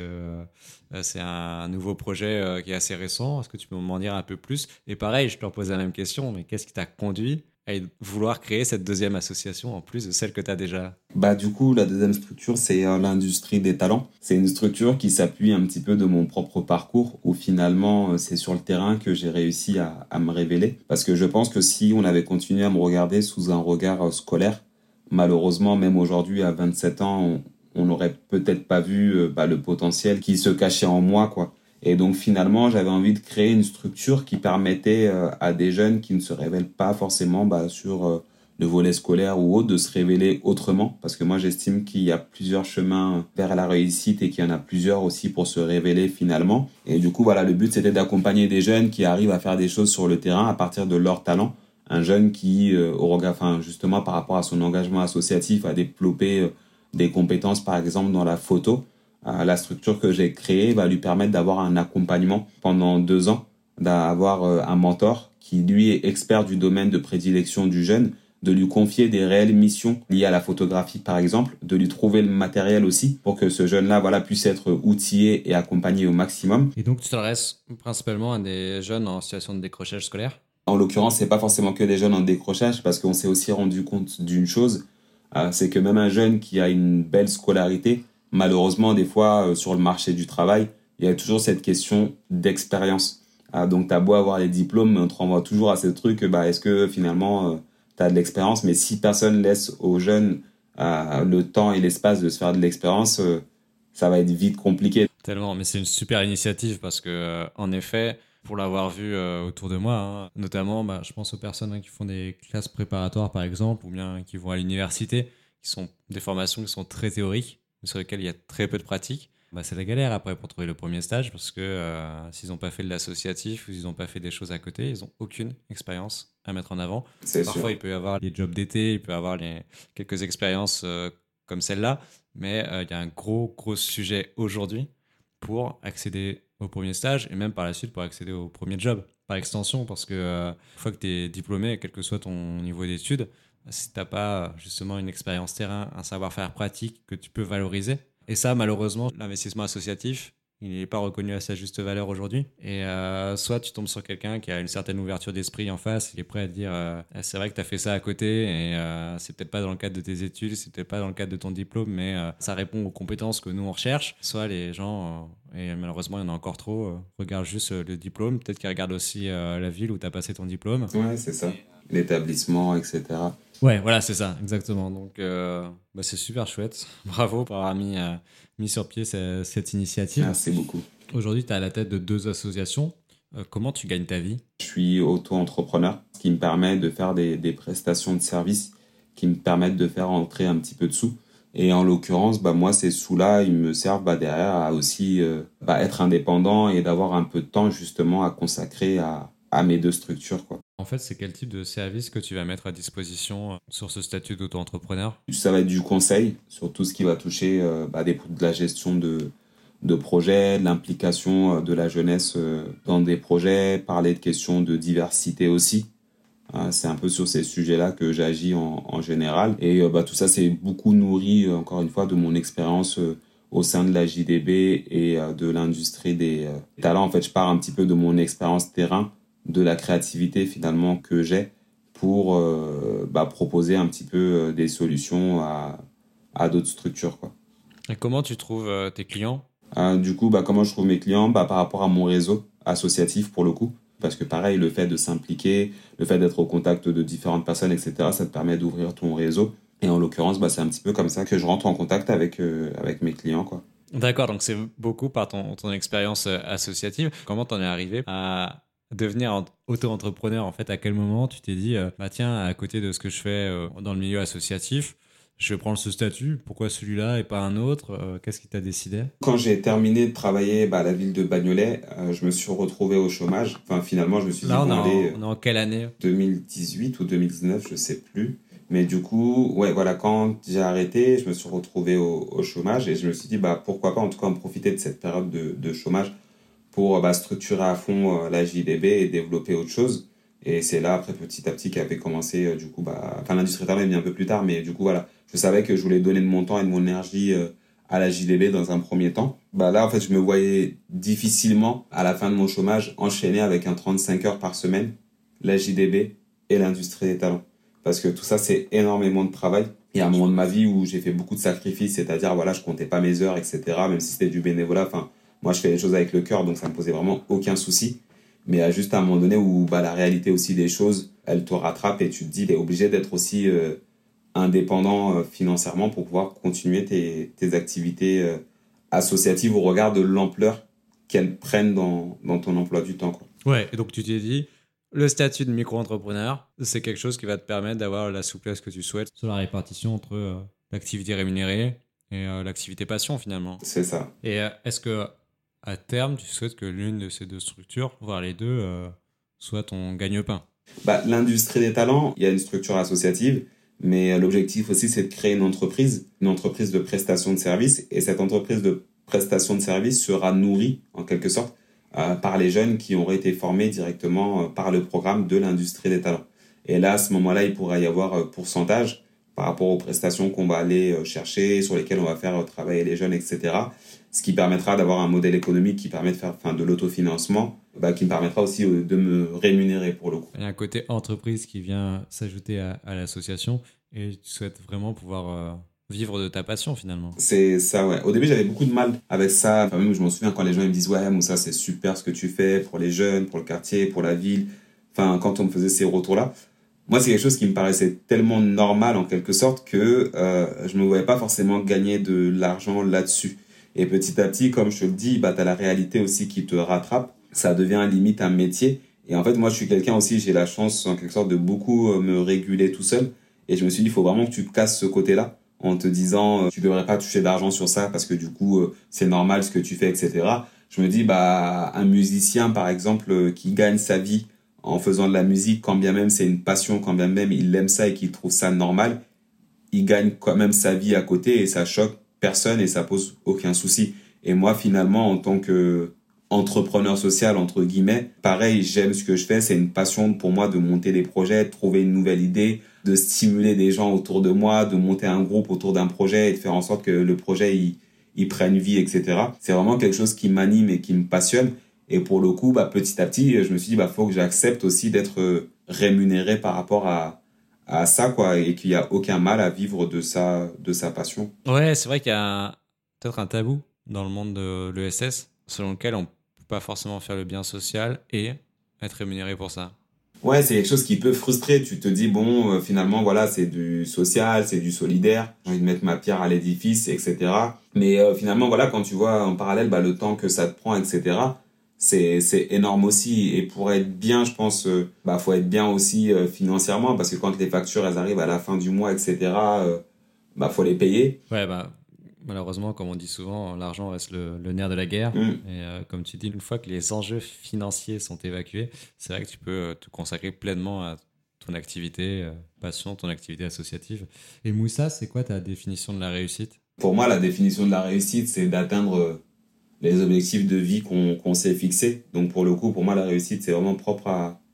c'est un nouveau projet qui est assez récent? Est-ce que tu peux m'en dire un peu plus? Et pareil, je te repose la même question, mais qu'est-ce qui t'a conduit à vouloir créer cette deuxième association en plus de celle que tu as déjà? Du coup, la deuxième structure, c'est l'industrie des talents. C'est une structure qui s'appuie un petit peu de mon propre parcours où finalement, c'est sur le terrain que j'ai réussi à me révéler. Parce que je pense que si on avait continué à me regarder sous un regard scolaire, malheureusement, même aujourd'hui, à 27 ans, on n'aurait peut-être pas vu le potentiel qui se cachait en moi, quoi. Et donc finalement, j'avais envie de créer une structure qui permettait à des jeunes qui ne se révèlent pas forcément sur le volet scolaire ou autre, de se révéler autrement. Parce que moi, j'estime qu'il y a plusieurs chemins vers la réussite et qu'il y en a plusieurs aussi pour se révéler finalement. Et du coup, le but, c'était d'accompagner des jeunes qui arrivent à faire des choses sur le terrain à partir de leur talent. Un jeune qui, justement par rapport à son engagement associatif, a développé des compétences, par exemple, dans la photo. La structure que j'ai créée va lui permettre d'avoir un accompagnement pendant 2 ans, d'avoir un mentor qui, lui, est expert du domaine de prédilection du jeune, de lui confier des réelles missions liées à la photographie, par exemple, de lui trouver le matériel aussi pour que ce jeune-là puisse être outillé et accompagné au maximum. Et donc, tu t'adresses principalement à des jeunes en situation de décrochage scolaire? En l'occurrence, c'est pas forcément que des jeunes en décrochage, parce qu'on s'est aussi rendu compte d'une chose, c'est que même un jeune qui a une belle scolarité, malheureusement, des fois, sur le marché du travail, il y a toujours cette question d'expérience. Donc, t'as beau avoir les diplômes, mais on te renvoie toujours à ce truc, est-ce que finalement, t'as de l'expérience? Mais si personne laisse aux jeunes le temps et l'espace de se faire de l'expérience, ça va être vite compliqué. Tellement, mais c'est une super initiative parce que, en effet, pour l'avoir vu autour de moi, hein, notamment, je pense aux personnes qui font des classes préparatoires, par exemple, ou bien qui vont à l'université, qui sont des formations qui sont très théoriques, sur lesquelles il y a très peu de pratique. C'est la galère après pour trouver le premier stage parce que s'ils n'ont pas fait de l'associatif ou s'ils n'ont pas fait des choses à côté, ils n'ont aucune expérience à mettre en avant. Parfois, il peut y avoir les jobs d'été, il peut y avoir quelques expériences comme celle-là, mais il y a un gros sujet aujourd'hui pour accéder au premier stage et même par la suite pour accéder au premier job, par extension, parce que une fois que tu es diplômé, quel que soit ton niveau d'études, si tu n'as pas justement une expérience terrain, un savoir-faire pratique que tu peux valoriser, et ça, malheureusement, l'investissement associatif, il n'est pas reconnu à sa juste valeur aujourd'hui. Et soit tu tombes sur quelqu'un qui a une certaine ouverture d'esprit en face, il est prêt à te dire c'est vrai que tu as fait ça à côté et c'est peut-être pas dans le cadre de tes études, c'est peut-être pas dans le cadre de ton diplôme, mais ça répond aux compétences que nous on recherche. Soit les gens, et malheureusement il y en a encore trop, regardent juste le diplôme, peut-être qu'ils regardent aussi la ville où tu as passé ton diplôme. Ouais, c'est ça. L'établissement, etc. Ouais, voilà, c'est ça, exactement. Donc, c'est super chouette. Bravo pour avoir mis sur pied cette initiative. Merci beaucoup. Aujourd'hui, tu es à la tête de 2 associations. Comment tu gagnes ta vie? Je suis auto-entrepreneur, ce qui me permet de faire des prestations de services qui me permettent de faire entrer un petit peu de sous. Et en l'occurrence, moi, ces sous-là, ils me servent derrière à aussi être indépendant et d'avoir un peu de temps justement à consacrer à mes deux structures, quoi. En fait, c'est quel type de service que tu vas mettre à disposition sur ce statut d'auto-entrepreneur? Ça va être du conseil sur tout ce qui va toucher de la gestion de projets, de l'implication de la jeunesse dans des projets, parler de questions de diversité aussi. C'est un peu sur ces sujets-là que j'agis en général. Et tout ça, c'est beaucoup nourri, encore une fois, de mon expérience au sein de la JDB et de l'industrie des talents. En fait, je pars un petit peu de mon expérience terrain, de la créativité finalement que j'ai pour proposer un petit peu des solutions à d'autres structures, quoi. Et comment tu trouves tes clients? Du coup, comment je trouve mes clients? Par rapport à mon réseau associatif pour le coup. Parce que pareil, le fait de s'impliquer, le fait d'être au contact de différentes personnes, etc., ça te permet d'ouvrir ton réseau. Et en l'occurrence, c'est un petit peu comme ça que je rentre en contact avec mes clients, quoi. D'accord, donc c'est beaucoup par ton expérience associative. Comment t'en es arrivé à devenir auto-entrepreneur? En fait, à quel moment tu t'es dit, tiens, à côté de ce que je fais dans le milieu associatif, je vais prendre ce statut, pourquoi celui-là et pas un autre? Qu'est-ce qui t'a décidé? Quand j'ai terminé de travailler à la ville de Bagnolet, je me suis retrouvé au chômage. Enfin, finalement, je me suis dit, on est en quelle année? 2018 ou 2019, je sais plus. Mais du coup, ouais, voilà, quand j'ai arrêté, je me suis retrouvé au chômage et je me suis dit, pourquoi pas en tout cas en profiter de cette période de chômage pour structurer à fond la JDB et développer autre chose. Et c'est là, après, petit à petit, qu'avait commencé, l'industrie talent est bien un peu plus tard, mais du coup, voilà, je savais que je voulais donner de mon temps et de mon énergie à la JDB dans un premier temps. Là, en fait, je me voyais difficilement, à la fin de mon chômage, enchaîner avec un 35 heures par semaine, la JDB et l'industrie des talents. Parce que tout ça, c'est énormément de travail. Il y a un moment de ma vie où j'ai fait beaucoup de sacrifices, c'est-à-dire, voilà, je comptais pas mes heures, etc., même si c'était du bénévolat. Enfin, moi, je fais les choses avec le cœur, donc ça me posait vraiment aucun souci. Mais à juste un moment donné où la réalité aussi des choses, elle te rattrape et tu te dis, t'es obligé d'être aussi indépendant financièrement pour pouvoir continuer tes activités associatives au regard de l'ampleur qu'elles prennent dans ton emploi du temps, quoi. Ouais, et donc tu t'es dit, le statut de micro-entrepreneur, c'est quelque chose qui va te permettre d'avoir la souplesse que tu souhaites sur la répartition entre l'activité rémunérée et l'activité passion finalement. C'est ça. Et est-ce que à terme, tu souhaites que l'une de ces deux structures, voire les deux, soit ton gagne-pain? L'industrie des talents, il y a une structure associative, mais l'objectif aussi, c'est de créer une entreprise de prestation de services. Et cette entreprise de prestation de services sera nourrie, en quelque sorte, par les jeunes qui auraient été formés directement par le programme de l'industrie des talents. Et là, à ce moment-là, il pourra y avoir pourcentage par rapport aux prestations qu'on va aller chercher, sur lesquelles on va faire travailler les jeunes, etc. Ce qui permettra d'avoir un modèle économique qui permet de faire de l'autofinancement, qui me permettra aussi de me rémunérer pour le coup. Il y a un côté entreprise qui vient s'ajouter à l'association et tu souhaites vraiment pouvoir vivre de ta passion finalement. C'est ça, ouais. Au début, j'avais beaucoup de mal avec ça. Enfin, même, je m'en souviens quand les gens ils me disent « Ouais, Moussa, c'est super ce que tu fais pour les jeunes, pour le quartier, pour la ville. » Enfin, quand on me faisait ces retours-là, moi, c'est quelque chose qui me paraissait tellement normal en quelque sorte que je me voyais pas forcément gagner de l'argent là-dessus. Et petit à petit, comme je te le dis, t'as la réalité aussi qui te rattrape. Ça devient limite un métier. Et en fait, moi, je suis quelqu'un aussi, j'ai la chance en quelque sorte de beaucoup me réguler tout seul. Et je me suis dit, il faut vraiment que tu casses ce côté-là en te disant, tu devrais pas toucher d'argent sur ça parce que du coup, c'est normal ce que tu fais, etc. Je me dis, un musicien, par exemple, qui gagne sa vie en faisant de la musique, quand bien même c'est une passion, quand bien même il aime ça et qu'il trouve ça normal, il gagne quand même sa vie à côté et ça choque personne et ça pose aucun souci. Et moi, finalement, en tant que entrepreneur social, entre guillemets, pareil, j'aime ce que je fais, c'est une passion pour moi de monter des projets, de trouver une nouvelle idée, de stimuler des gens autour de moi, de monter un groupe autour d'un projet et de faire en sorte que le projet, il prenne vie, etc. C'est vraiment quelque chose qui m'anime et qui me passionne. Et pour le coup, petit à petit, je me suis dit, faut que j'accepte aussi d'être rémunéré par rapport à ça, quoi, et qu'il n'y a aucun mal à vivre de sa passion. Ouais, c'est vrai qu'il y a peut-être un tabou dans le monde de l'ESS, selon lequel on ne peut pas forcément faire le bien social et être rémunéré pour ça. Ouais, c'est quelque chose qui peut frustrer. Tu te dis, finalement, voilà, c'est du social, c'est du solidaire. J'ai envie de mettre ma pierre à l'édifice, etc. Mais finalement, voilà, quand tu vois en parallèle le temps que ça te prend, etc., c'est énorme aussi. Et pour être bien, je pense, faut être bien aussi financièrement, parce que quand les factures elles arrivent à la fin du mois, etc., bah faut les payer. Ouais, malheureusement, comme on dit souvent, l'argent reste le nerf de la guerre. Et comme tu dis, une fois que les enjeux financiers sont évacués, c'est vrai que tu peux te consacrer pleinement à ton activité passion, ton activité associative. Et Moussa, c'est quoi ta définition de la réussite? Pour moi, la définition de la réussite, c'est d'atteindre les objectifs de vie qu'on s'est fixés. Donc pour le coup, pour moi, la réussite, c'est vraiment propre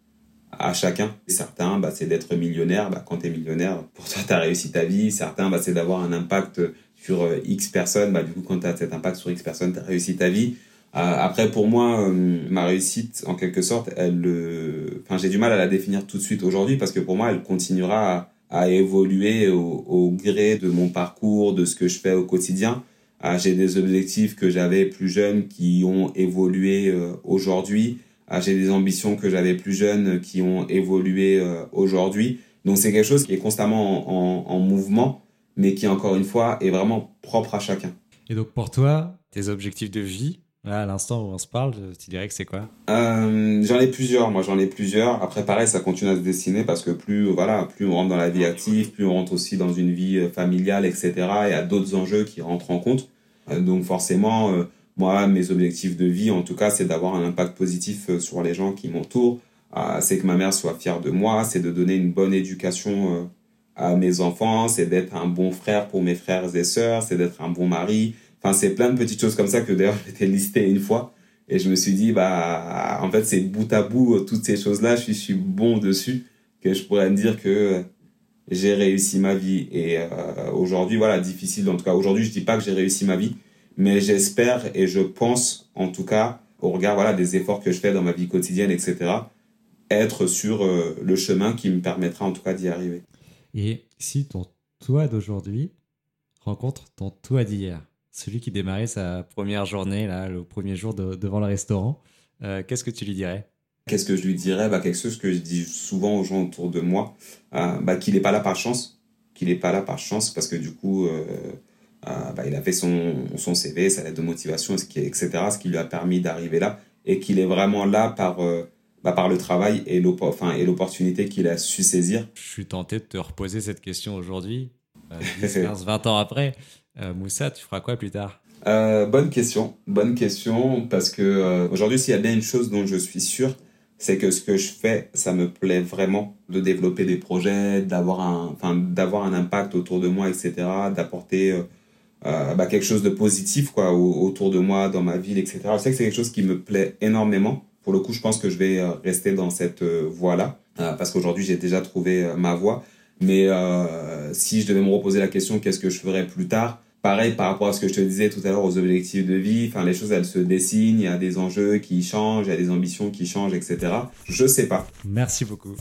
à chacun. Et certains, bah, c'est d'être millionnaire. Bah, quand tu es millionnaire, pour toi, tu as réussi ta vie. Certains, bah, c'est d'avoir un impact sur X personnes. Bah, du coup, quand tu as cet impact sur X personnes, tu as réussi ta vie. Après, pour moi, ma réussite, en quelque sorte, j'ai du mal à la définir tout de suite aujourd'hui parce que pour moi, elle continuera à évoluer au gré de mon parcours, de ce que je fais au quotidien. J'ai des objectifs que j'avais plus jeune qui ont évolué aujourd'hui. J'ai des ambitions que j'avais plus jeunes qui ont évolué aujourd'hui. Donc c'est quelque chose qui est constamment en mouvement, mais qui encore une fois est vraiment propre à chacun. Et donc pour toi, tes objectifs de vie, là, à l'instant où on se parle, tu dirais que c'est quoi? J'en ai plusieurs. Après, pareil, ça continue à se dessiner parce que plus on rentre dans la vie active, plus on rentre aussi dans une vie familiale, etc. Il y a d'autres enjeux qui rentrent en compte. Donc forcément, moi, mes objectifs de vie, en tout cas, c'est d'avoir un impact positif sur les gens qui m'entourent. C'est que ma mère soit fière de moi, c'est de donner une bonne éducation à mes enfants, c'est d'être un bon frère pour mes frères et sœurs, c'est d'être un bon mari. Enfin, c'est plein de petites choses comme ça que d'ailleurs j'étais listé une fois. Et je me suis dit, en fait, c'est bout à bout, toutes ces choses-là, je suis bon dessus, que je pourrais me dire que j'ai réussi ma vie. Et aujourd'hui, difficile. En tout cas, aujourd'hui, je dis pas que j'ai réussi ma vie, mais j'espère et je pense, en tout cas, au regard des efforts que je fais dans ma vie quotidienne, etc., être sur le chemin qui me permettra, en tout cas, d'y arriver. Et si ton toi d'aujourd'hui rencontre ton toi d'hier, celui qui démarrait sa première journée, là, le premier jour devant le restaurant, qu'est-ce que tu lui dirais? Qu'est-ce que je lui dirais? Quelque chose que je dis souvent aux gens autour de moi, qu'il n'est pas là par chance. Qu'il n'est pas là par chance parce que du coup, il a fait son CV, sa lettre de motivation, etc., ce qui lui a permis d'arriver là. Et qu'il est vraiment là par le travail et l'opportunité qu'il a su saisir. Je suis tenté de te reposer cette question aujourd'hui, 10, 15, 20 ans après. Moussa, tu feras quoi plus tard? Bonne question, parce que aujourd'hui, s'il y a bien une chose dont je suis sûr, c'est que ce que je fais, ça me plaît vraiment de développer des projets, d'avoir un impact autour de moi, etc., d'apporter quelque chose de positif autour de moi, dans ma ville, etc. Je sais que c'est quelque chose qui me plaît énormément. Pour le coup, je pense que je vais rester dans cette voie-là, parce qu'aujourd'hui, j'ai déjà trouvé ma voie. Mais si je devais me reposer la question, qu'est-ce que je ferais plus tard? Pareil, par rapport à ce que je te disais tout à l'heure aux objectifs de vie, les choses, elles se dessinent, il y a des enjeux qui changent, il y a des ambitions qui changent, etc. Je sais pas. Merci beaucoup.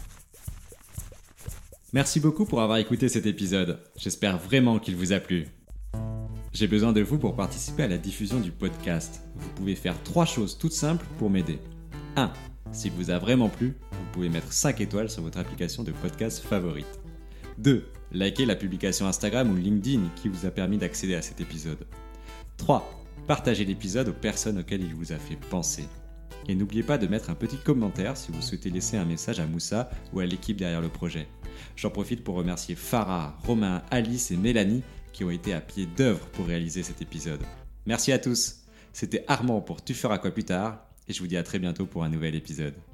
Merci beaucoup pour avoir écouté cet épisode. J'espère vraiment qu'il vous a plu. J'ai besoin de vous pour participer à la diffusion du podcast. Vous pouvez faire 3 choses toutes simples pour m'aider. 1. S'il vous a vraiment plu, vous pouvez mettre 5 étoiles sur votre application de podcast favorite. 2. Likez la publication Instagram ou LinkedIn qui vous a permis d'accéder à cet épisode. 3. Partagez l'épisode aux personnes auxquelles il vous a fait penser. Et n'oubliez pas de mettre un petit commentaire si vous souhaitez laisser un message à Moussa ou à l'équipe derrière le projet. J'en profite pour remercier Farah, Romain, Alice et Mélanie qui ont été à pied d'œuvre pour réaliser cet épisode. Merci à tous. C'était Armand pour Tu feras quoi plus tard et je vous dis à très bientôt pour un nouvel épisode.